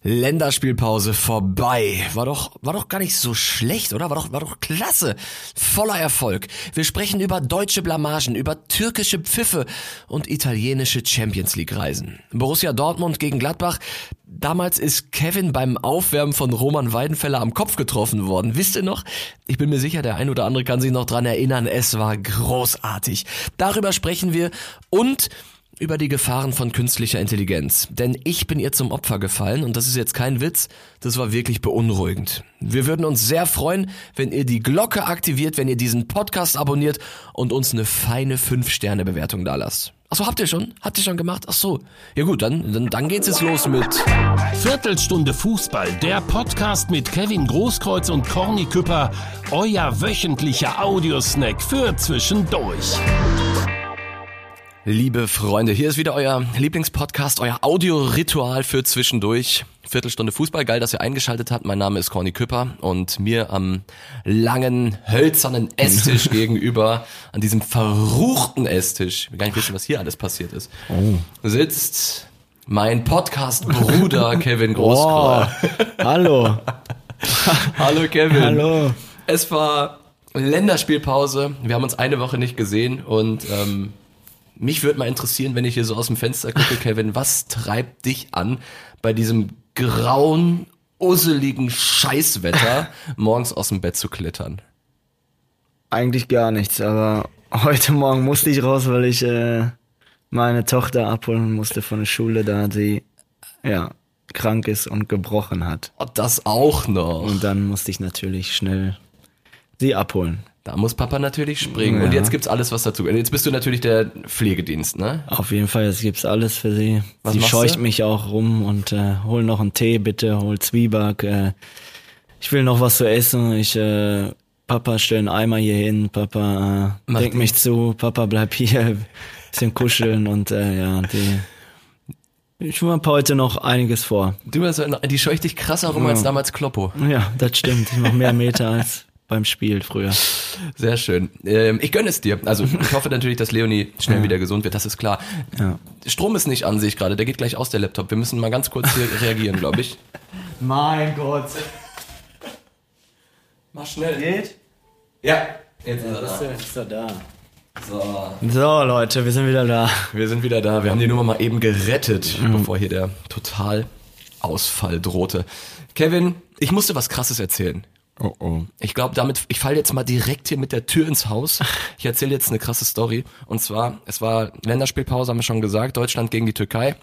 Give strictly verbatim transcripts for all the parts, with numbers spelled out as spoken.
Länderspielpause vorbei. War doch, war doch gar nicht so schlecht, oder? War doch, war doch klasse. Voller Erfolg. Wir sprechen über deutsche Blamagen, über türkische Pfiffe und italienische Champions League Reisen. Borussia Dortmund gegen Gladbach. Damals ist Kevin beim Aufwärmen von Roman Weidenfeller am Kopf getroffen worden. Wisst ihr noch? Ich bin mir sicher, der ein oder andere kann sich noch dran erinnern. Es war großartig. Darüber sprechen wir und über die Gefahren von künstlicher Intelligenz. Denn ich bin ihr zum Opfer gefallen und das ist jetzt kein Witz, das war wirklich beunruhigend. Wir würden uns sehr freuen, wenn ihr die Glocke aktiviert, wenn ihr diesen Podcast abonniert und uns eine feine fünf Sterne Bewertung da lasst. Achso, habt ihr schon? Habt ihr schon gemacht? Achso. Ja gut, dann, dann, dann geht's jetzt los mit Viertelstunde Fußball, der Podcast mit Kevin Großkreuz und Corny Küpper, euer wöchentlicher Audiosnack für zwischendurch. Liebe Freunde, hier ist wieder euer Lieblingspodcast, euer Audioritual für zwischendurch. Viertelstunde Fußball, geil, dass ihr eingeschaltet habt. Mein Name ist Corny Küpper und mir am langen, hölzernen Esstisch gegenüber, an diesem verruchten Esstisch, ich will gar nicht wissen, was hier alles passiert ist, oh. sitzt mein Podcast-Bruder Kevin Großkreuz. Oh, hallo. Hallo Kevin. Hallo. Es war Länderspielpause, wir haben uns eine Woche nicht gesehen und ähm, mich würde mal interessieren, wenn ich hier so aus dem Fenster gucke, Kevin, was treibt dich an, bei diesem grauen, usseligen Scheißwetter morgens aus dem Bett zu klettern? Eigentlich gar nichts, aber heute Morgen musste ich raus, weil ich äh, meine Tochter abholen musste von der Schule, da sie ja krank ist und gebrochen hat. Oh, das auch noch. Und dann musste ich natürlich schnell sie abholen. Da muss Papa natürlich springen. Ja. Und jetzt gibt's alles, was dazu. Jetzt bist du natürlich der Pflegedienst, ne? Auf jeden Fall, jetzt gibt's alles für sie. Was sie scheucht du? mich auch rum und äh, hol noch einen Tee bitte, hol Zwieback. Äh, ich will noch was zu essen. Ich, äh, Papa, stell einen Eimer hier hin. Papa, äh, denk mich zu. Papa, bleib hier. Bisschen kuscheln und äh, ja, die. Ich habe heute noch einiges vor. Du hast die scheucht dich krasser rum ja. als damals Kloppo. Ja, das stimmt. Ich mache mehr Meter als beim Spiel früher. Sehr schön. Ähm, ich gönne es dir. Also ich hoffe natürlich, dass Leonie schnell ja. wieder gesund wird, das ist klar. Ja. Strom ist nicht an sich gerade, der geht gleich aus, der Laptop. Wir müssen mal ganz kurz hier reagieren, glaube ich. Mein Gott. Mach schnell. Geht? Ja, jetzt ist er da. da. Ist er da. So. So Leute, wir sind wieder da. Wir sind wieder da. Wir haben die Nummer mal eben gerettet, mhm. bevor hier der Totalausfall drohte. Kevin, ich musste was Krasses erzählen. Oh oh. Ich glaube, damit, ich falle jetzt mal direkt hier mit der Tür ins Haus. Ich erzähle jetzt eine krasse Story. Und zwar, es war Länderspielpause, haben wir schon gesagt, Deutschland gegen die Türkei.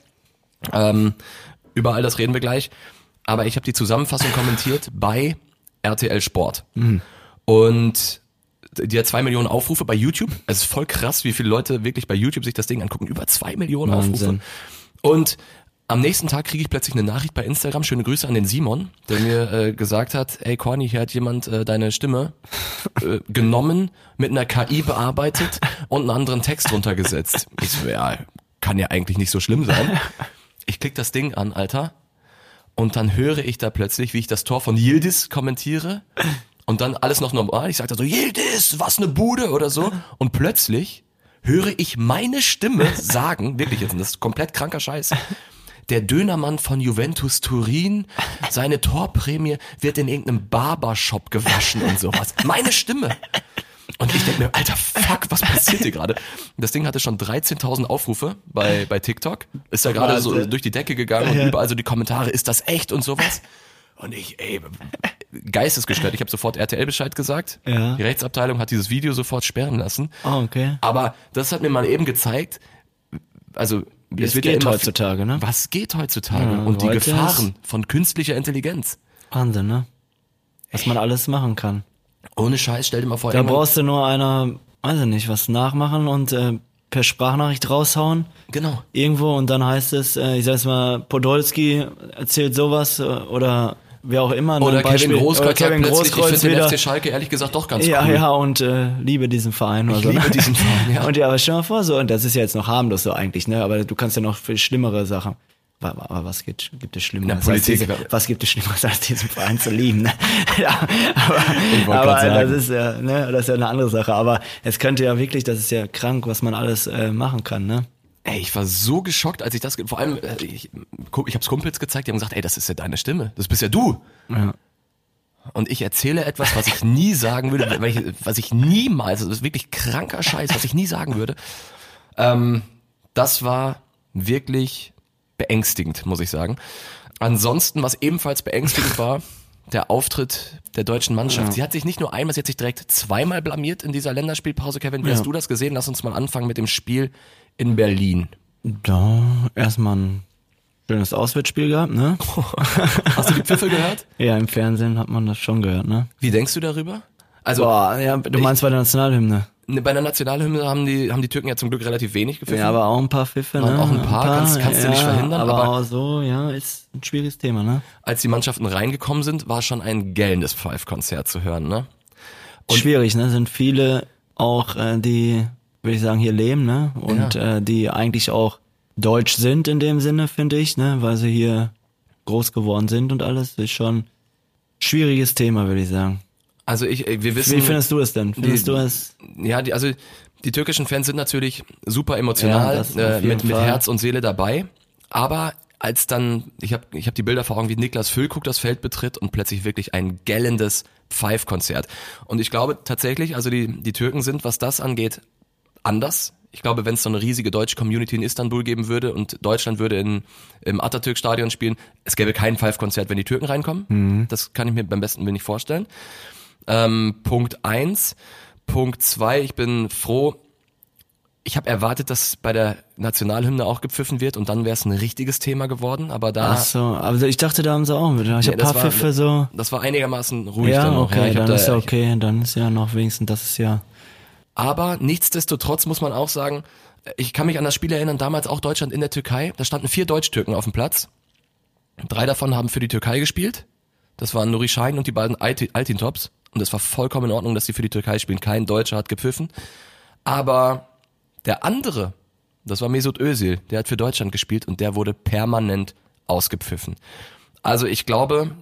Ähm, über all das reden wir gleich. Aber ich habe die Zusammenfassung kommentiert bei R T L Sport. Mhm. Und die hat zwei Millionen Aufrufe bei YouTube. Es ist voll krass, wie viele Leute wirklich bei YouTube sich das Ding angucken. Über zwei Millionen Wahnsinn. Aufrufe. Und am nächsten Tag kriege ich plötzlich eine Nachricht bei Instagram, schöne Grüße an den Simon, der mir äh, gesagt hat, ey Corny, hier hat jemand äh, deine Stimme äh, genommen, mit einer K I bearbeitet und einen anderen Text runtergesetzt. Ich so, ja, kann ja eigentlich nicht so schlimm sein. Ich klick das Ding an, Alter, und dann höre ich da plötzlich, wie ich das Tor von Yildiz kommentiere und dann alles noch normal. Ich sage da so, Yildiz, was ne Bude oder so. Und plötzlich höre ich meine Stimme sagen, wirklich jetzt, das ist komplett kranker Scheiß, der Dönermann von Juventus Turin, seine Torprämie wird in irgendeinem Barbershop gewaschen und sowas. Meine Stimme. Und ich denke mir, alter Fuck, was passiert hier gerade? Das Ding hatte schon dreizehntausend Aufrufe bei bei TikTok. Ist ja gerade so durch die Decke gegangen und überall so die Kommentare, ist das echt und sowas? Und ich, ey, geistesgestört. Ich habe sofort R T L Bescheid gesagt. Ja. Die Rechtsabteilung hat dieses Video sofort sperren lassen. Oh, okay. Aber das hat mir mal eben gezeigt, also Wie es, es geht ja heutzutage, ne? Was geht heutzutage? Ja, und die heute Gefahren von künstlicher Intelligenz. Wahnsinn, ne? Was man alles machen kann. Ohne Scheiß, stell dir mal vor. Da brauchst du nur einer, weiß ich nicht, was nachmachen und äh, per Sprachnachricht raushauen. Genau. Irgendwo und dann heißt es, äh, ich sag's mal, Podolski erzählt sowas äh, oder wer auch immer. Oder Beispiel, Kevin Großkreuz oder Kevin sagt plötzlich, Großkreuz ich finde wieder, den F C Schalke ehrlich gesagt doch ganz ja, cool. Ja, ja, und äh, liebe diesen Verein. Ich oder so, liebe ne? diesen Verein, ja. Und ja, aber stell mal vor, so, und das ist ja jetzt noch harmlos so eigentlich, ne? Aber du kannst ja noch viel schlimmere Sachen. Aber was gibt, gibt es Schlimmeres? Ja, als diese, was gibt es Schlimmeres als diesen Verein zu lieben? Ne? Ja, aber aber das ist ja, ne, das ist ja eine andere Sache. Aber es könnte ja wirklich, das ist ja krank, was man alles äh, machen kann, ne? Ey, ich war so geschockt, als ich das, vor allem, ich, ich hab's Kumpels gezeigt, die haben gesagt, ey, das ist ja deine Stimme, das bist ja du. Ja. Und ich erzähle etwas, was ich nie sagen würde, weil ich, was ich niemals, das ist wirklich kranker Scheiß, was ich nie sagen würde. Ähm, das war wirklich beängstigend, muss ich sagen. Ansonsten, was ebenfalls beängstigend war, der Auftritt der deutschen Mannschaft. Ja. Sie hat sich nicht nur einmal, sie hat sich direkt zweimal blamiert in dieser Länderspielpause. Kevin, wie ja. hast du das gesehen? Lass uns mal anfangen mit dem Spiel in Berlin. Da erstmal ein schönes Auswärtsspiel gehabt, ne? Hast du die Pfiffe gehört? Ja, im Fernsehen hat man das schon gehört, ne? Wie denkst du darüber? Also, Boah, ja, du meinst ich, bei der Nationalhymne? Bei der Nationalhymne haben die, haben die Türken ja zum Glück relativ wenig gepfiffen. Ja, aber auch ein paar Pfiffe, ne? Auch ein paar, ein paar kannst, kannst ja, du nicht verhindern. Aber, aber auch so, ja, ist ein schwieriges Thema, ne? Als die Mannschaften reingekommen sind, war schon ein gellendes Pfeifkonzert zu hören, ne? Und schwierig, ne? Sind viele auch, äh, die, würde ich sagen, hier leben, ne? Und ja. äh, die eigentlich auch deutsch sind in dem Sinne, finde ich, ne? Weil sie hier groß geworden sind und alles. Ist schon ein schwieriges Thema, würde ich sagen. Also ich, wir wissen. Wie findest du es denn? Findest die, du es? Ja, die, also die türkischen Fans sind natürlich super emotional, ja, äh, mit, mit Herz und Seele dabei. Aber als dann, ich habe ich hab die Bilder vor Augen, wie Niklas Füllkrug das Feld betritt und plötzlich wirklich ein gellendes Pfeifkonzert. Und ich glaube tatsächlich, also die, die Türken sind, was das angeht, anders. Ich glaube, wenn es so eine riesige deutsche Community in Istanbul geben würde und Deutschland würde in, im Atatürk-Stadion spielen, es gäbe kein Pfeifkonzert, wenn die Türken reinkommen. Mhm. Das kann ich mir beim besten Willen nicht vorstellen. Ähm, Punkt eins. Punkt zwei, ich bin froh, ich habe erwartet, dass bei der Nationalhymne auch gepfiffen wird und dann wäre es ein richtiges Thema geworden, aber da... Ach so, aber ich dachte, da haben sie auch wieder. Ich nee, habe ein paar Pfiffe war, so... Das war einigermaßen ruhig ja, dann noch. Okay, ja, dann da, ist ja okay, dann ist ja noch wenigstens, das ist ja... Aber nichtsdestotrotz muss man auch sagen, ich kann mich an das Spiel erinnern, damals auch Deutschland in der Türkei, da standen vier Deutsch-Türken auf dem Platz. Drei davon haben für die Türkei gespielt. Das waren Nuri Sahin und die beiden Altintops. Und es war vollkommen in Ordnung, dass die für die Türkei spielen. Kein Deutscher hat gepfiffen. Aber der andere, das war Mesut Özil, der hat für Deutschland gespielt und der wurde permanent ausgepfiffen. Also ich glaube,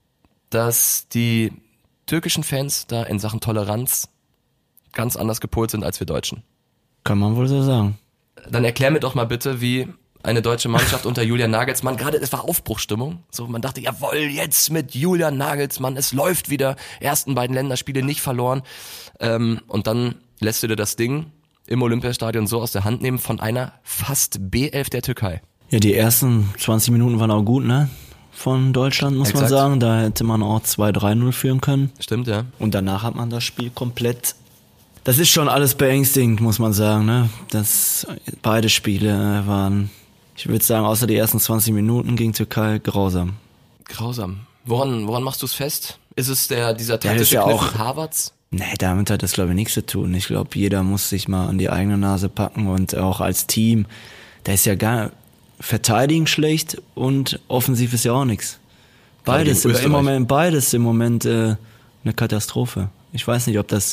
dass die türkischen Fans da in Sachen Toleranz ganz anders gepolt sind als wir Deutschen. Kann man wohl so sagen. Dann erklär mir doch mal bitte, wie eine deutsche Mannschaft unter Julian Nagelsmann, gerade es war Aufbruchsstimmung, so man dachte, jawohl, jetzt mit Julian Nagelsmann, es läuft wieder, ersten beiden Länderspiele nicht verloren, ähm, und dann lässt du dir das Ding im Olympiastadion so aus der Hand nehmen von einer fast B elf der Türkei. Ja, die ersten zwanzig Minuten waren auch gut, ne? Von Deutschland, muss Exakt. man sagen, da hätte man auch zwei drei null führen können. Stimmt, ja. Und danach hat man das Spiel komplett... Das ist schon alles beängstigend, muss man sagen, ne? Das, beide Spiele waren... Ich würde sagen, außer die ersten zwanzig Minuten gegen Türkei grausam. Grausam. Woran, woran machst du es fest? Ist es der dieser taktische ja, Kniff auch Harvards? Nee, damit hat das, glaube ich, nichts zu tun. Ich glaube, jeder muss sich mal an die eigene Nase packen und auch als Team. Da ist ja gar verteidigen schlecht und offensiv ist ja auch nichts. Beides, im Moment, beides im Moment äh, eine Katastrophe. Ich weiß nicht, ob das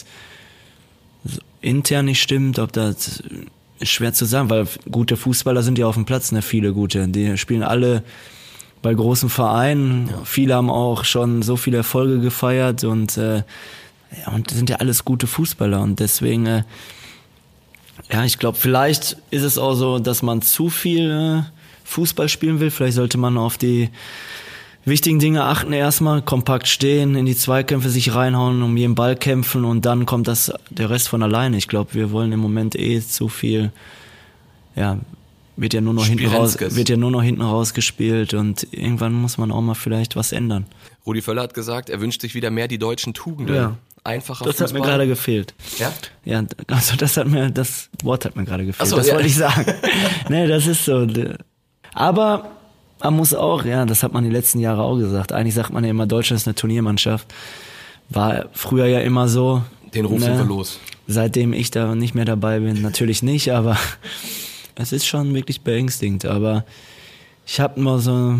intern nicht stimmt, ob das... Ist schwer zu sagen, weil gute Fußballer sind ja auf dem Platz, ne, viele gute. Die spielen alle bei großen Vereinen. Ja. Viele haben auch schon so viele Erfolge gefeiert und äh, ja, und sind ja alles gute Fußballer und deswegen, äh, ja, ich glaube, vielleicht ist es auch so, dass man zu viel äh, Fußball spielen will. Vielleicht sollte man auf die wichtigen Dinge achten, erstmal kompakt stehen, in die Zweikämpfe sich reinhauen, um jeden Ball kämpfen und dann kommt das der Rest von alleine. Ich glaube, wir wollen im Moment eh zu viel, ja, wird ja nur noch hinten raus, wird ja nur noch hinten rausgespielt und irgendwann muss man auch mal vielleicht was ändern. Rudi Völler hat gesagt, er wünscht sich wieder mehr die deutschen Tugenden. Ja. Einfacher Das Fußball. hat mir gerade gefehlt. Ja? Ja, also das hat mir, das Wort hat mir gerade gefehlt. Ach so, das ja. wollte ich sagen. Nee, das ist so. Aber man muss auch, ja, das hat man die letzten Jahre auch gesagt. Eigentlich sagt man ja immer, Deutschland ist eine Turniermannschaft. War früher ja immer so. Den Ruf ne? sind wir los. Seitdem ich da nicht mehr dabei bin, natürlich nicht, aber es ist schon wirklich beängstigend. Aber ich habe immer so,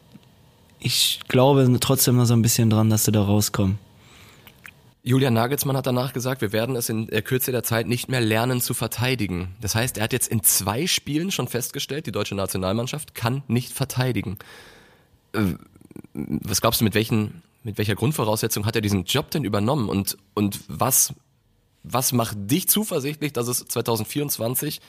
ich glaube trotzdem noch so ein bisschen dran, dass sie da rauskommen. Julian Nagelsmann hat danach gesagt, wir werden es in der Kürze der Zeit nicht mehr lernen zu verteidigen. Das heißt, er hat jetzt in zwei Spielen schon festgestellt, die deutsche Nationalmannschaft kann nicht verteidigen. Was glaubst du, mit welchen, mit welcher Grundvoraussetzung hat er diesen Job denn übernommen? Und, und was, was macht dich zuversichtlich, dass es zwanzig vierundzwanzig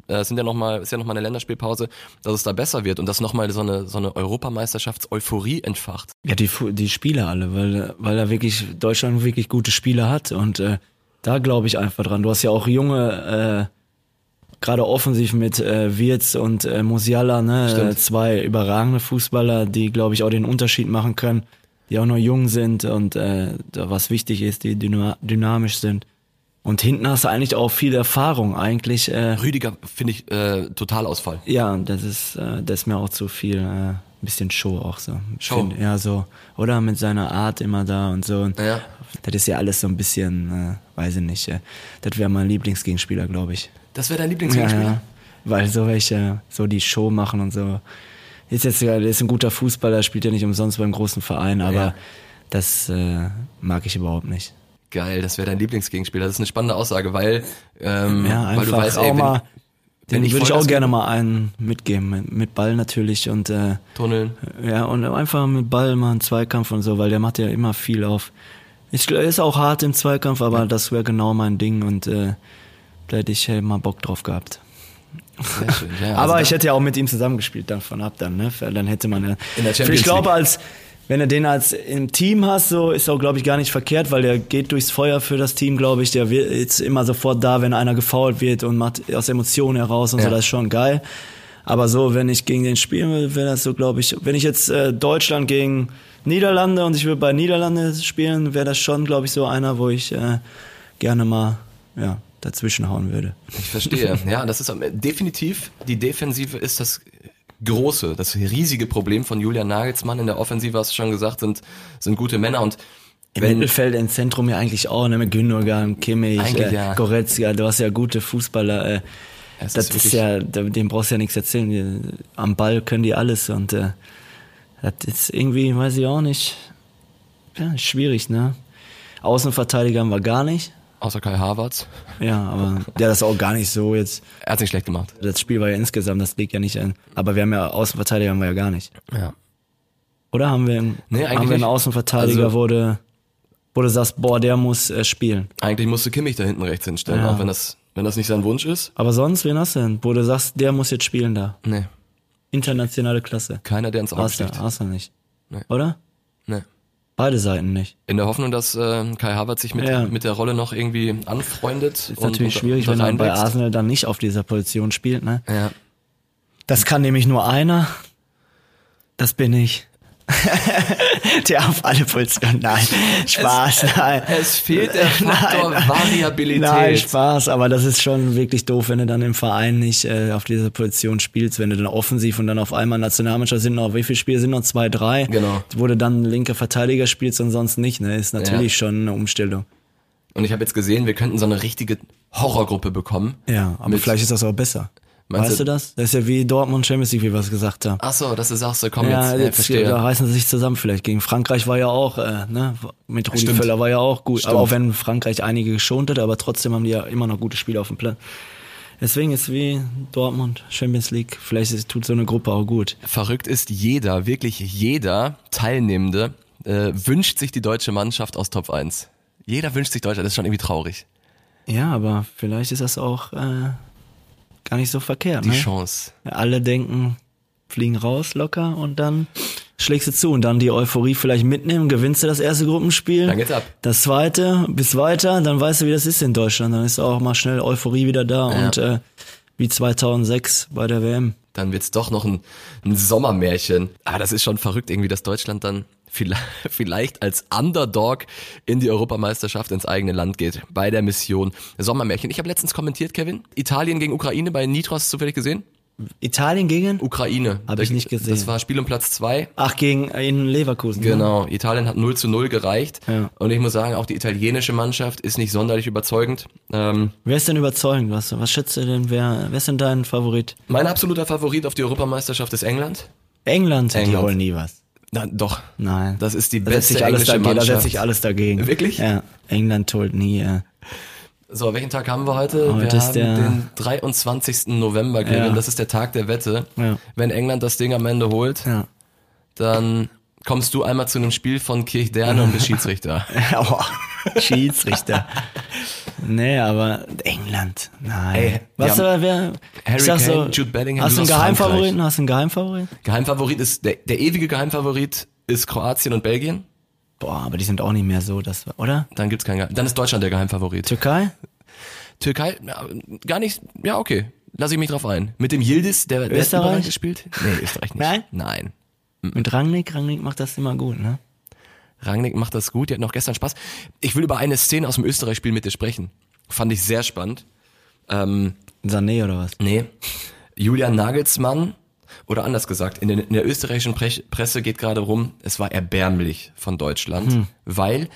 äh, sind ja noch mal, ist ja nochmal eine Länderspielpause, dass es da besser wird und dass nochmal so eine, so eine Europameisterschafts-Euphorie entfacht. Ja, die, die Spieler alle, weil, weil er wirklich, Deutschland wirklich gute Spieler hat und äh, da glaube ich einfach dran. Du hast ja auch junge, äh, gerade offensiv mit äh, Wirtz und äh, Musiala, ne, äh, zwei überragende Fußballer, die glaube ich auch den Unterschied machen können, die auch noch jung sind und äh, da was wichtig ist, die dyna- dynamisch sind. Und hinten hast du eigentlich auch viel Erfahrung eigentlich. Äh, Rüdiger finde ich äh, Totalausfall. Ja, das ist, äh, das ist mir auch zu viel, äh, ein bisschen Show auch so. Show? Find, ja, so. Oder mit seiner Art immer da und so. Und Ja. das ist ja alles so ein bisschen, äh, weiß ich nicht. Äh, das wäre mein Lieblingsgegenspieler, glaube ich. Das wäre dein Lieblingsgegenspieler? Ja, ja. Weil so welche, so die Show machen und so. Ist jetzt, der ist ein guter Fußballer, spielt ja nicht umsonst beim großen Verein, aber Ja. das äh, mag ich überhaupt nicht. Geil, das wäre dein Lieblingsgegenspieler. Das ist eine spannende Aussage, weil, ähm, Ja, einfach weil du weißt, auch ey, wenn, mal, wenn den ich würde ich auch Vollgas gerne gebe- mal einen mitgeben, mit, mit Ball natürlich und äh, Tunneln. ja, und einfach mit Ball mal einen Zweikampf und so, weil der macht ja immer viel auf. Ich, er ist auch hart im Zweikampf, aber ja. Das wäre genau mein Ding und äh, da hätte ich äh, mal Bock drauf gehabt. Sehr schön, ja, also aber da- ich hätte ja auch mit ihm zusammengespielt davon ab dann, ne? Dann hätte man ja. In der Champions ich glaube, League. als wenn du den als im Team hast, so ist auch, glaube ich, gar nicht verkehrt, weil der geht durchs Feuer für das Team, glaube ich. Der wird jetzt immer sofort da, wenn einer gefoult wird und macht aus Emotionen heraus und Ja. so, das ist schon geil. Aber so, wenn ich gegen den spielen will, wäre das so, glaube ich, wenn ich jetzt äh, Deutschland gegen Niederlande und ich will bei Niederlande spielen, wäre das schon, glaube ich, so einer, wo ich äh, gerne mal ja, dazwischen hauen würde. Ich verstehe. Ja, das ist am- definitiv, die Defensive ist das große, das riesige Problem von Julian Nagelsmann. In der Offensive, hast du schon gesagt, sind, sind gute Männer und Im wenn, Mittelfeld, im Zentrum ja eigentlich auch, ne, mit Gündogan, Kimmich, Eigentlich äh, ja. Goretzka, du hast ja gute Fußballer, äh, Es das ist ist, wirklich- ja, dem brauchst du ja nichts erzählen, die, am Ball können die alles und äh, das ist irgendwie, weiß ich auch nicht, ja, schwierig, ne. Außenverteidiger haben wir gar nicht, außer Kai Havertz, ja, aber der das auch gar nicht so jetzt, er hat sich schlecht gemacht. das Spiel war ja insgesamt, das liegt ja nicht an, aber wir haben ja Außenverteidiger haben wir ja gar nicht. Ja. Oder haben wir, einen- Nee, eigentlich haben wir einen nicht. Außenverteidiger, Also- wo du, wo du sagst, boah, der muss äh, spielen. Eigentlich musste Kimmich da hinten rechts hinstellen, Ja. auch wenn das, wenn das nicht sein Wunsch ist. Aber sonst, wen hast du denn? Wo du sagst, der muss jetzt spielen da. Nee, Internationale Klasse. keiner, der ins Auge Hast du, sticht. hast du nicht. Nee. Oder? Nee. Beide Seiten nicht. In der Hoffnung, dass äh, Kai Havertz sich mit, Ja. mit der Rolle noch irgendwie anfreundet. Ist natürlich schwierig, wenn er bei Arsenal dann nicht auf dieser Position spielt, ne? Ja. Das kann nämlich nur einer. Das bin ich. Der auf alle Positionen. Nein, Spaß, nein. Es fehlt der Faktor Nein. Variabilität. Nein, Spaß, aber das ist schon wirklich doof, wenn du dann im Verein nicht äh, auf dieser Position spielst, wenn du dann offensiv und dann auf einmal Nationalmannschaft sind noch, wie viele Spiele sind noch? Zwei, drei? Genau. Wo du dann linke Verteidiger spielst und sonst nicht, ne? Ist natürlich Ja. schon eine Umstellung. Und ich habe jetzt gesehen, wir könnten so eine richtige Horrorgruppe bekommen. Ja, aber Mit- vielleicht ist das auch besser. Meinst Weißt du- du das? Das ist ja wie Dortmund Champions League, wie wir es gesagt haben. Ach so, dass du sagst, so, komm Ja, jetzt, ja, jetzt, verstehe. da reißen sie sich zusammen vielleicht. Gegen Frankreich war ja auch, äh, ne, mit Rudi Stimmt. Völler war ja auch gut. Stimmt. Aber auch wenn Frankreich einige geschont hat, aber trotzdem haben die ja immer noch gute Spiele auf dem Plan. Deswegen ist wie Dortmund, Champions League, vielleicht ist, tut so eine Gruppe auch gut. Verrückt ist, jeder, wirklich jeder Teilnehmende äh, wünscht sich die deutsche Mannschaft aus Top eins. Jeder wünscht sich Deutschland, das ist schon irgendwie traurig. Ja, aber vielleicht ist das auch äh, gar nicht so verkehrt. Die Ne? Chance. Alle denken, fliegen raus locker und dann schlägst du zu und dann die Euphorie vielleicht mitnehmen, gewinnst du das erste Gruppenspiel. Dann geht's ab. Das zweite, bis weiter, dann weißt du, wie das ist in Deutschland. Dann ist auch mal schnell Euphorie wieder da Ja. und äh, wie zweitausendsechs bei der W M. Dann wird's doch noch ein, ein Sommermärchen. Aber das ist schon verrückt irgendwie, dass Deutschland dann vielleicht, vielleicht als Underdog in die Europameisterschaft ins eigene Land geht. Bei der Mission Sommermärchen. Ich habe letztens kommentiert, Kevin, Italien gegen Ukraine bei Nitro, hast du zufällig gesehen? Italien gegen? Ukraine. Hab ich nicht gesehen. Das war Spiel um Platz zwei. Ach, gegen in Leverkusen. Ne? Genau, Italien hat null zu null gereicht. Ja. Und ich muss sagen, auch die italienische Mannschaft ist nicht sonderlich überzeugend. Ähm, Wer ist denn überzeugend? Was, was schätzt du denn? Wer, wer ist denn dein Favorit? mein absoluter Favorit auf die Europameisterschaft ist England. England? Die England. holen nie was. Na, doch. Nein. Das ist die Da setzt beste sich alles englische dagegen, da Mannschaft. setzt sich alles dagegen. Wirklich? Ja. England holt nie. Ja. So, welchen Tag haben wir heute? Heute wir ist haben der- den dreiundzwanzigsten November, Kevin. Ja. Das ist der Tag der Wette. Ja. Wenn England das Ding am Ende holt, Ja. dann kommst du einmal zu einem Spiel von Kirchderne und bist Schiedsrichter. Aua. Schiedsrichter. Nee, aber England, nein. Ey, was wir aber wer? Harry ich sag Kane, so, Jude Bellingham, hast du einen du hast Geheimfavoriten? Frankreich. Hast du einen Geheimfavoriten? Geheimfavorit ist, der, der ewige Geheimfavorit ist Kroatien und Belgien. Boah, aber die sind auch nicht mehr so, das oder? Dann gibt's keinen Geheim. Dann ist Deutschland der Geheimfavorit. Türkei? Türkei, ja, gar nicht, ja okay, lass ich mich drauf ein. Mit dem Yildiz, der, der Österreich? hat überall gespielt. Nee, Österreich nicht. Nein? Nein. Mit Rangnick? Rangnick macht das immer gut, ne? Rangnick macht das gut, die hat noch gestern Spaß. Ich will über eine Szene aus dem Österreich-Spiel mit dir sprechen. Fand ich sehr spannend. Ähm, Sané oder was? nee, Julian Nagelsmann, oder anders gesagt, in, den, in der österreichischen Pre- Presse geht gerade rum, es war erbärmlich von Deutschland, hm. weil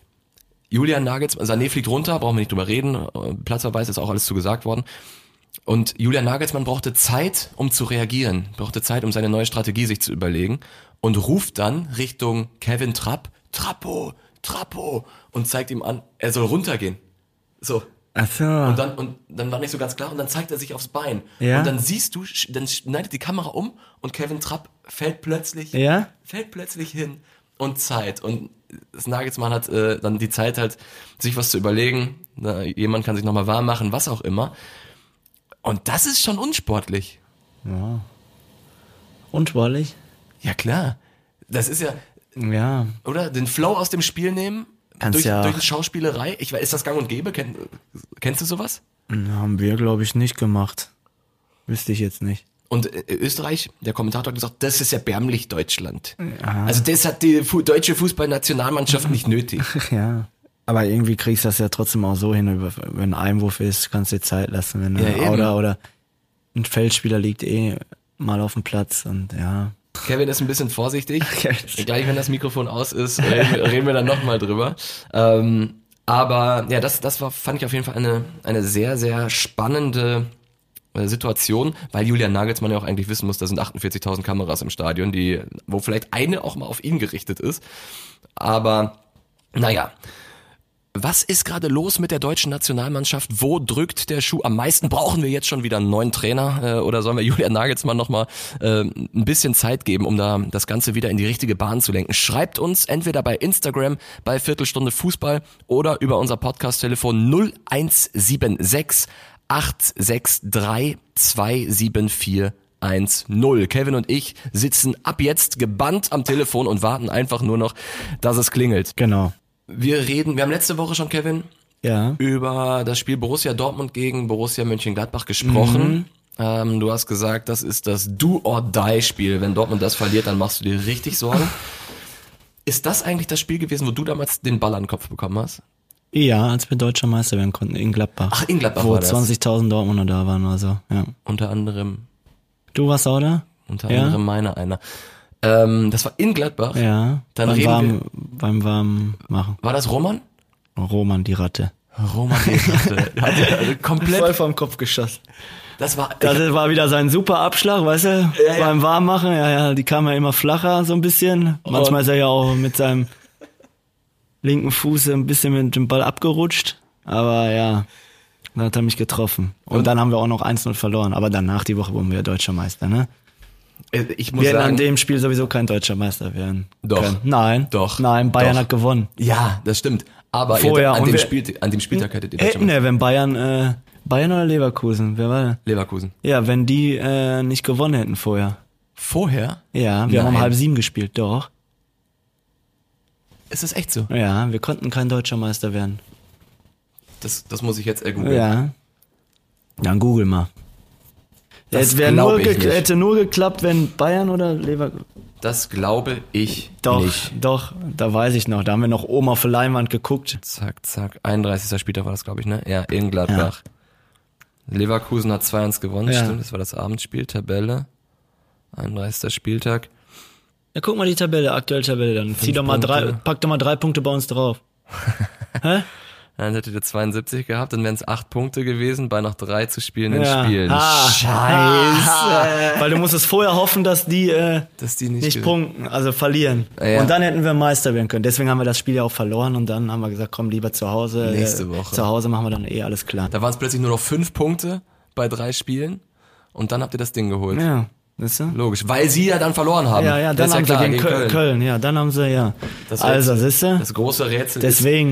Julian Nagelsmann, Sané fliegt runter, brauchen wir nicht drüber reden, Platzverweis ist auch alles zugesagt worden. Und Julian Nagelsmann brauchte Zeit, um zu reagieren, brauchte Zeit, um seine neue Strategie sich zu überlegen und ruft dann Richtung Kevin Trapp, Trappo, Trappo und zeigt ihm an, er soll runtergehen. So. Ach so. Und dann, und dann war nicht so ganz klar und dann zeigt er sich aufs Bein. Ja. Und dann siehst du, dann schneidet die Kamera um und Kevin Trapp fällt plötzlich, Ja? fällt plötzlich hin und Zeit. Und das Nagelsmann hat äh, dann die Zeit halt, sich was zu überlegen. Na, jemand kann sich nochmal warm machen, was auch immer. Und das ist schon unsportlich. Ja. Unsportlich? Ja klar. Das ist ja, Ja. oder? Den Flow aus dem Spiel nehmen, Kannst durch, ja durch auch- die Schauspielerei. Ich weiß, ist das gang und gäbe? Kenn, kennst du sowas? Haben wir, glaube ich, nicht gemacht. Wüsste ich jetzt nicht. Und äh, Österreich, der Kommentator hat gesagt, das ist erbärmlich Deutschland. Also das hat die fu- deutsche Fußballnationalmannschaft nicht nötig. Ja. Aber irgendwie kriegst du das ja trotzdem auch so hin, wenn ein Einwurf ist, kannst du dir Zeit lassen, wenn Ja, ein eben. oder oder ein Feldspieler liegt eh mal auf dem Platz und ja. Kevin ist ein bisschen vorsichtig. Gleich, wenn das Mikrofon aus ist, reden, wir- reden wir dann nochmal drüber. Ähm, aber ja, das, das war, fand ich auf jeden Fall eine, eine sehr, sehr spannende äh, Situation, weil Julian Nagelsmann ja auch eigentlich wissen muss, da sind achtundvierzigtausend Kameras im Stadion, die, wo vielleicht eine auch mal auf ihn gerichtet ist. Aber naja. Was ist gerade los mit der deutschen Nationalmannschaft? Wo drückt der Schuh am meisten? Brauchen wir jetzt schon wieder einen neuen Trainer äh, oder sollen wir Julian Nagelsmann nochmal äh, ein bisschen Zeit geben, um da das Ganze wieder in die richtige Bahn zu lenken? Schreibt uns entweder bei Instagram bei Viertelstunde Fußball oder über unser Podcast-Telefon null eins sieben sechs acht sechs drei zwei sieben vier eins null. Kevin und ich sitzen ab jetzt gebannt am Telefon und warten einfach nur noch, dass es klingelt. Genau. Wir reden, wir haben letzte Woche schon, Kevin, Ja. über das Spiel Borussia Dortmund gegen Borussia Mönchengladbach gesprochen. Mhm. Ähm, du hast gesagt, das ist das Do-or-Die-Spiel. Wenn Dortmund das verliert, dann machst du dir richtig Sorgen. Ist das eigentlich das Spiel gewesen, wo du damals den Ball an den Kopf bekommen hast? Ja, als wir deutscher Meister werden konnten in Gladbach. Ach, in Gladbach wo war das. zwanzigtausend Dortmunder da waren oder so, ja. Unter anderem, Du warst auch da? unter Ja? anderem meiner einer. Ähm, das war in Gladbach. Ja. Dann beim reden warm, beim warm machen. War das Roman? Roman, die Ratte. Roman, die Ratte. Hat er komplett. Voll vom Kopf geschossen. Das war. Das war wieder sein super Abschlag, weißt du, Ja, ja. beim Warmmachen, ja, ja, die kam ja immer flacher so ein bisschen. Manchmal ist er ja auch mit seinem linken Fuß ein bisschen mit dem Ball abgerutscht, aber ja, dann hat er mich getroffen. Und, Und- dann haben wir auch noch eins null verloren, aber danach die Woche wurden wir deutscher Meister, ne? Ich muss Wir hätten sagen, an dem Spiel sowieso kein deutscher Meister werden Doch. können. Nein. Doch. Nein, Bayern Doch. hat gewonnen. ja, das stimmt. Aber Vorher. ihr, an, Und dem wir- Spiel, an dem Spieltag hättet ihr Deutscher Hätten wir, wenn Bayern, äh, Bayern oder Leverkusen, wer war? Leverkusen. Ja, wenn die äh, nicht gewonnen hätten vorher. Vorher? Ja, wir haben um Nein. halb sieben gespielt, doch. Ist das echt so? Ja, wir konnten kein deutscher Meister werden. Das, das muss ich jetzt ergoogeln. Ja. Dann google mal. Das Es wär glaub nur ich ge- nicht. hätte nur geklappt, wenn Bayern oder Leverkusen. Das glaube ich Doch, nicht. doch, da weiß ich noch. Da haben wir noch oben auf der Leinwand geguckt. Zack, zack. einunddreißigster Spieltag war das, glaube ich, ne? Ja, in Gladbach. Leverkusen hat zwei eins gewonnen, Ja. stimmt. Das war das Abendspiel, Tabelle. einunddreißigster Spieltag. Ja, guck mal die Tabelle, aktuelle Tabelle dann. Zieh doch mal Punkte. drei, pack doch mal drei Punkte bei uns drauf. Hä? Dann hättet ihr zweiundsiebzig gehabt, dann wären es acht Punkte gewesen bei noch drei zu spielenden Ja. Spielen. Ah. Scheiße. Weil du musstest vorher hoffen, dass die äh, Dass die nicht, nicht ge- punkten, also verlieren. Ja. Und dann hätten wir Meister werden können. Deswegen haben wir das Spiel ja auch verloren und dann haben wir gesagt, komm lieber zu Hause. Nächste äh, Woche. Zu Hause machen wir dann eh alles klar. Da waren es plötzlich nur noch fünf Punkte bei drei Spielen und dann habt ihr das Ding geholt. Ja, weißt du? Logisch, weil sie ja dann verloren haben. Ja, ja, Das dann ist haben klar, sie gegen Köln. Köln. Ja, dann haben sie, ja. Das Also, Rätsel- siehst du? Das große Rätsel ist, Deswegen,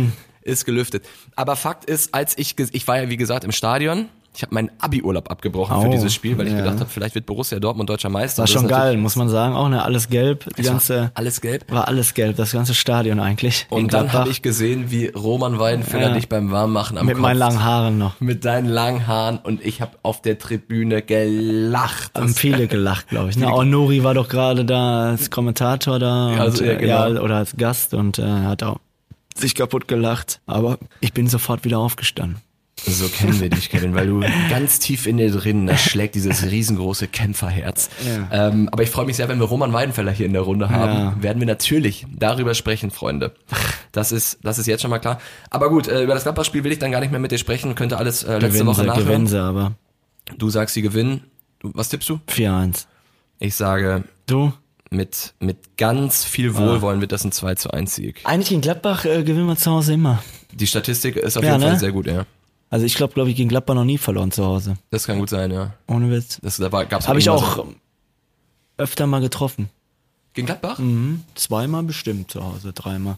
ist gelüftet. Aber Fakt ist, als ich, ich war ja wie gesagt im Stadion, ich habe meinen Abi-Urlaub abgebrochen oh, für dieses Spiel, weil ich ja. gedacht habe, vielleicht wird Borussia Dortmund deutscher Meister. War schon geil, muss man sagen, auch ne, alles gelb, die ganze, alles gelb, war alles gelb, das ganze Stadion eigentlich. Und dann habe ich gesehen, wie Roman Weidenfeller ja. dich beim Warmmachen am mit Kopf, meinen langen Haaren noch, mit deinen langen Haaren und ich habe auf der Tribüne gelacht. Haben viele gelacht, glaube ich. Ne? Auch Nuri war doch gerade da als Kommentator da, ja, also, und, ja, genau. ja, oder als Gast und äh, hat auch sich kaputt gelacht. Aber ich bin sofort wieder aufgestanden. So kennen wir dich, Kevin, weil du ganz tief in dir drin, da schlägt dieses riesengroße Kämpferherz. Ja. Ähm, aber ich freue mich sehr, wenn wir Roman Weidenfeller hier in der Runde haben, ja. werden wir natürlich darüber sprechen, Freunde. Das ist, das ist jetzt schon mal klar. Aber gut, äh, über das Gladbach-Spiel will ich dann gar nicht mehr mit dir sprechen, könnte alles äh, letzte gewinnen Woche sie, nachhören. Gewinnen sie aber. Du sagst, sie gewinnen. Du, was tippst du? vier eins. Ich sage... Du? Mit, mit ganz viel Wohlwollen wird das ein zwei zu eins Sieg. Eigentlich in Gladbach äh, gewinnen wir zu Hause immer. Die Statistik ist auf ja, jeden ne? Fall sehr gut, ja. Also ich glaube, glaube ich, gegen Gladbach noch nie verloren zu Hause. Das kann gut sein, ja. Ohne Witz. Das, da war, gab's Habe ich auch so. öfter mal getroffen. Gegen Gladbach? Mhm. Zweimal bestimmt zu Hause, dreimal.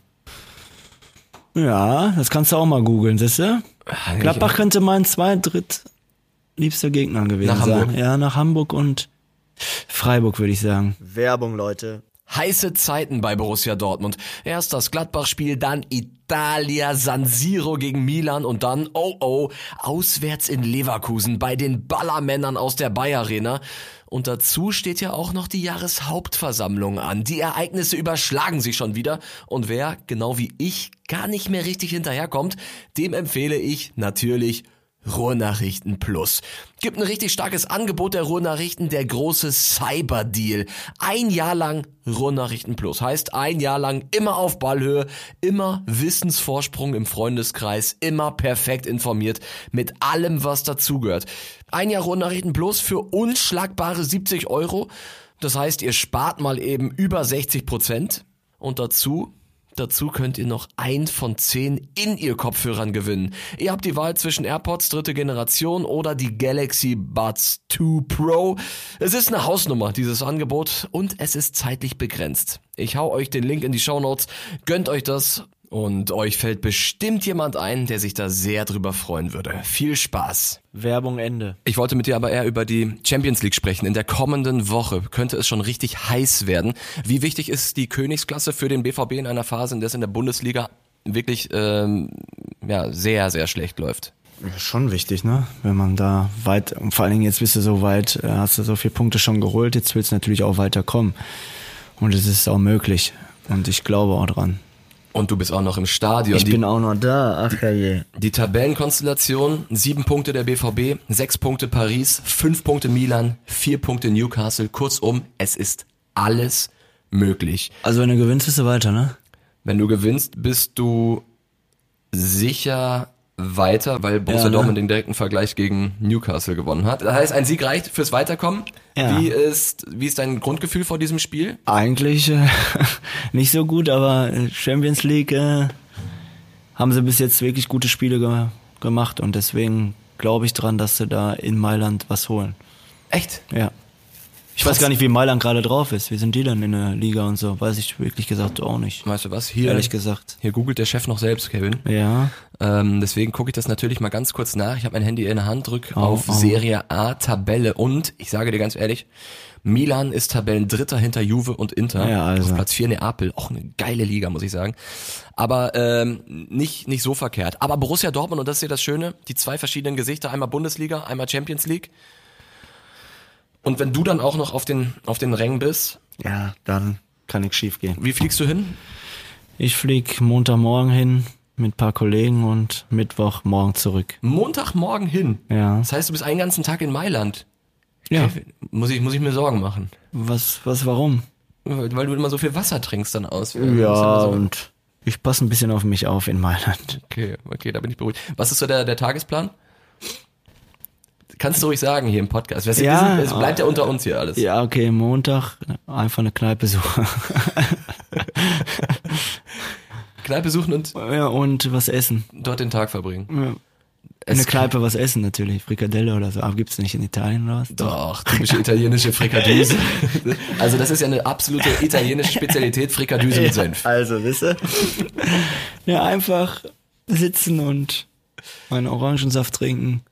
Ja, das kannst du auch mal googeln, siehst du? Ah, Gladbach könnte mein zweit-, dritt liebster Gegner gewesen nach sein. Hamburg. Ja, nach Hamburg und Freiburg, würde ich sagen. Werbung, Leute. Heiße Zeiten bei Borussia Dortmund. Erst das Gladbach-Spiel, dann Italia San Siro gegen Milan und dann, oh oh, auswärts in Leverkusen bei den Ballermännern aus der Bayer Arena. Und dazu steht ja auch noch die Jahreshauptversammlung an. Die Ereignisse überschlagen sich schon wieder. Und wer, genau wie ich, gar nicht mehr richtig hinterherkommt, dem empfehle ich natürlich Ruhrnachrichten Plus. Gibt ein richtig starkes Angebot der Ruhrnachrichten, der große Cyberdeal. Ein Jahr lang Ruhrnachrichten Plus. Heißt ein Jahr lang immer auf Ballhöhe, immer Wissensvorsprung im Freundeskreis, immer perfekt informiert mit allem, was dazugehört. Ein Jahr Ruhrnachrichten Plus für unschlagbare siebzig Euro. Das heißt, ihr spart mal eben über sechzig Prozent. Und dazu... Dazu könnt ihr noch ein von zehn In-Ear-Kopfhörern gewinnen. Ihr habt die Wahl zwischen AirPods dritte Generation oder die Galaxy Buds zwei Pro. Es ist eine Hausnummer, dieses Angebot, und es ist zeitlich begrenzt. Ich hau euch den Link in die Shownotes, gönnt euch das und euch fällt bestimmt jemand ein, der sich da sehr drüber freuen würde. Viel Spaß. Werbung Ende. Ich wollte mit dir aber eher über die Champions League sprechen. In der kommenden Woche könnte es schon richtig heiß werden. Wie wichtig ist die Königsklasse für den B V B in einer Phase, in der es in der Bundesliga wirklich ähm, ja, sehr, sehr schlecht läuft? Ja, schon wichtig, ne? Wenn man da weit, und vor allen Dingen jetzt bist du so weit, hast du so viele Punkte schon geholt, jetzt willst du natürlich auch weiterkommen. Und es ist auch möglich. Und ich glaube auch dran. Und du bist auch noch im Stadion. Ich die, bin auch noch da, ach je. Die Tabellenkonstellation, sieben Punkte der B V B, sechs Punkte Paris, fünf Punkte Milan, vier Punkte Newcastle. Kurzum, es ist alles möglich. Also wenn du gewinnst, bist du weiter, ne? Wenn du gewinnst, bist du sicher weiter, weil Borussia ja, ne? Dortmund den direkten Vergleich gegen Newcastle gewonnen hat. Das heißt, ein Sieg reicht fürs Weiterkommen. Ja. Wie ist, wie ist dein Grundgefühl vor diesem Spiel? Eigentlich äh, nicht so gut, aber Champions League äh, haben sie bis jetzt wirklich gute Spiele ge- gemacht und deswegen glaube ich dran, dass sie da in Mailand was holen. Echt? Ja. Ich weiß gar nicht, wie Mailand gerade drauf ist. Wie sind die denn in der Liga und so? Weiß ich wirklich gesagt auch nicht. Weißt du was? Hier, Ehrlich gesagt. Hier googelt der Chef noch selbst, Kevin. Ja. Ähm, deswegen gucke ich das natürlich mal ganz kurz nach. Ich habe mein Handy in der Hand, drück oh, auf oh. Serie A Tabelle und ich sage dir ganz ehrlich, Milan ist Tabellendritter hinter Juve und Inter. Ja, also. Auf Platz vier Neapel, auch eine geile Liga, muss ich sagen. Aber ähm, nicht nicht so verkehrt. Aber Borussia Dortmund, und das ist ja das Schöne, die zwei verschiedenen Gesichter, einmal Bundesliga, einmal Champions League. Und wenn du dann auch noch auf den auf den Rängen bist, Ja, dann kann nichts schief gehen. wie fliegst du hin? Ich flieg Montagmorgen hin mit ein paar Kollegen und Mittwochmorgen zurück. Montagmorgen hin. Ja. Das heißt, du bist einen ganzen Tag in Mailand. Ja. Okay, muss ich muss ich mir Sorgen machen. Was, was, warum? Weil weil du immer so viel Wasser trinkst dann aus. Das ist Ja, immer so- und ich passe ein bisschen auf mich auf in Mailand. Okay, okay, da bin ich beruhigt. Was ist so der, der Tagesplan? Kannst du ruhig sagen hier im Podcast. Es Ja, es bleibt ja unter uns hier alles. Ja, okay, Montag einfach eine Kneipe suchen. Kneipe suchen und Ja, und was essen. dort den Tag verbringen. Ja. In Es der Kneipe was essen natürlich, Frikadelle oder so. Aber gibt's nicht in Italien oder was? Doch, typische italienische Frikadüse. Also das ist ja eine absolute italienische Spezialität, Frikadüse mit Senf. Also, wisst ihr? Ja, einfach sitzen und meinen Orangensaft trinken.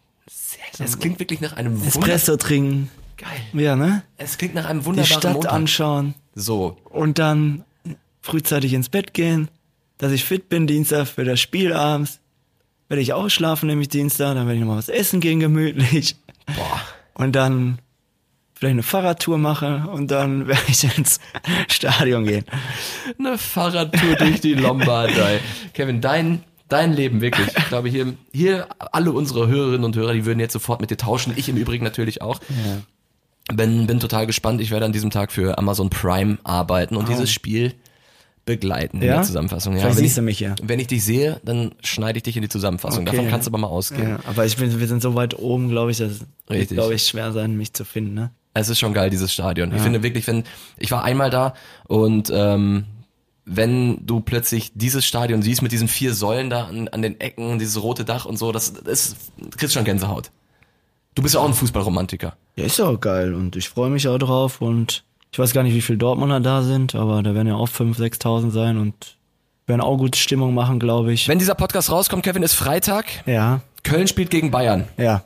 Es klingt wirklich nach einem Wunder- Espresso trinken. Geil. Ja, ne? Es klingt nach einem Die wunderbaren Stadt Montag. anschauen. So. Und dann frühzeitig ins Bett gehen, dass ich fit bin Dienstag für das Spiel abends. Werde ich ausschlafen, nämlich Dienstag, dann werde ich nochmal was essen gehen, gemütlich. Boah. Und dann vielleicht eine Fahrradtour machen und dann werde ich ins Stadion gehen. Eine Fahrradtour durch die Lombardei. Kevin, dein, dein Leben wirklich. Ich glaube, hier, hier alle unsere Hörerinnen und Hörer, die würden jetzt sofort mit dir tauschen. Ich im Übrigen natürlich auch. Ja. Bin, bin total gespannt. Ich werde an diesem Tag für Amazon Prime arbeiten und Oh. dieses Spiel begleiten in Ja? der Zusammenfassung. Ja, Vielleicht wenn siehst ich, du mich ja. Wenn ich dich sehe, dann schneide ich dich in die Zusammenfassung. Okay. Davon kannst du aber mal ausgehen. Ja, aber ich bin, wir sind so weit oben, glaube ich, dass es wird, Richtig. glaube ich, schwer sein, mich zu finden, ne? Es ist schon geil, dieses Stadion. Ich Ja. finde wirklich, wenn, ich war einmal da und ähm, wenn du plötzlich dieses Stadion siehst mit diesen vier Säulen da an, an den Ecken, dieses rote Dach und so, das ist, du kriegst schon Gänsehaut. Du bist ja auch ein Fußballromantiker. Ja, ist ja auch geil und ich freue mich auch drauf und ich weiß gar nicht, wie viele Dortmunder da sind, aber da werden ja auch fünftausend, sechstausend sein und werden auch gute Stimmung machen, glaube ich. Wenn dieser Podcast rauskommt, Kevin, ist Freitag. Ja, Köln spielt gegen Bayern. ja.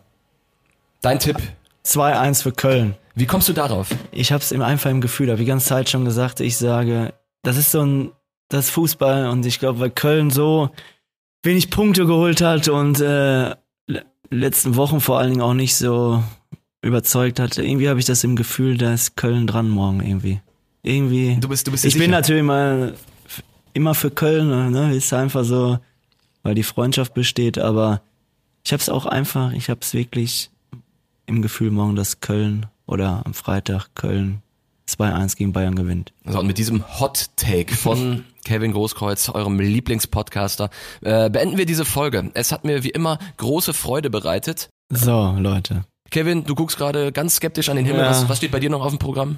Dein Tipp. zwei eins für Köln. Wie kommst du darauf? Ich hab's im einfach im Gefühl, habe die ganze Zeit schon gesagt, ich sage, das ist so ein, das ist Fußball und ich glaube, weil Köln so wenig Punkte geholt hat und äh, letzten Wochen vor allen Dingen auch nicht so überzeugt hat, irgendwie habe ich das im Gefühl, da ist Köln dran morgen irgendwie. Irgendwie. Du bist, du bist dir Ich bin sicher? natürlich mal f- immer für Köln, ne? Ist einfach so, weil die Freundschaft besteht, aber ich hab's auch einfach, ich hab's wirklich im Gefühl morgen, dass Köln oder am Freitag Köln zwei eins gegen Bayern gewinnt. So, und mit diesem Hot Take von Kevin Großkreuz, eurem Lieblingspodcaster, äh, beenden wir diese Folge. Es hat mir wie immer große Freude bereitet. So, Leute. Kevin, du guckst gerade ganz skeptisch an den Himmel. Ja. Was, was steht bei dir noch auf dem Programm?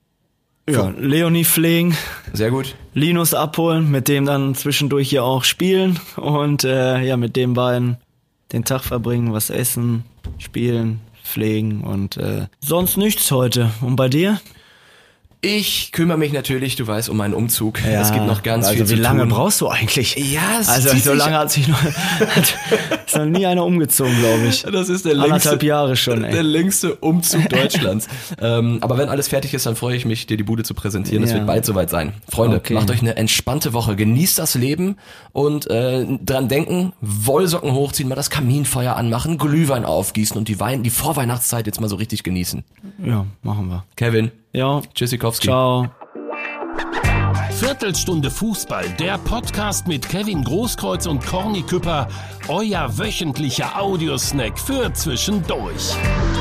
Ja, Leonie Pflegen, Sehr gut. Linus abholen, mit dem dann zwischendurch hier auch spielen und äh, ja, mit den beiden den Tag verbringen, was essen, spielen, pflegen und äh, sonst nichts heute. Und bei dir? Ich kümmere mich natürlich, du weißt, um meinen Umzug. Es gibt noch ganz also viel zu wie lange tun. brauchst du eigentlich? Ja, es Also zieht so sich- lange hat sich noch, hat, ist noch nie einer umgezogen, glaube ich. Das ist der Anderthalb längste, Jahre schon, ey. der längste Umzug Deutschlands. ähm, aber wenn alles fertig ist, dann freue ich mich, dir die Bude zu präsentieren. Es Ja. wird bald soweit sein. Freunde, Okay. macht euch eine entspannte Woche. Genießt das Leben und äh, dran denken, Wollsocken hochziehen, mal das Kaminfeuer anmachen, Glühwein aufgießen und die Wein, die Vorweihnachtszeit jetzt mal so richtig genießen. Ja, machen wir. Kevin, Ja, Tschüssikowski. ciao. Viertelstunde Fußball, der Podcast mit Kevin Großkreuz und Corny Küpper, euer wöchentlicher Audiosnack für zwischendurch.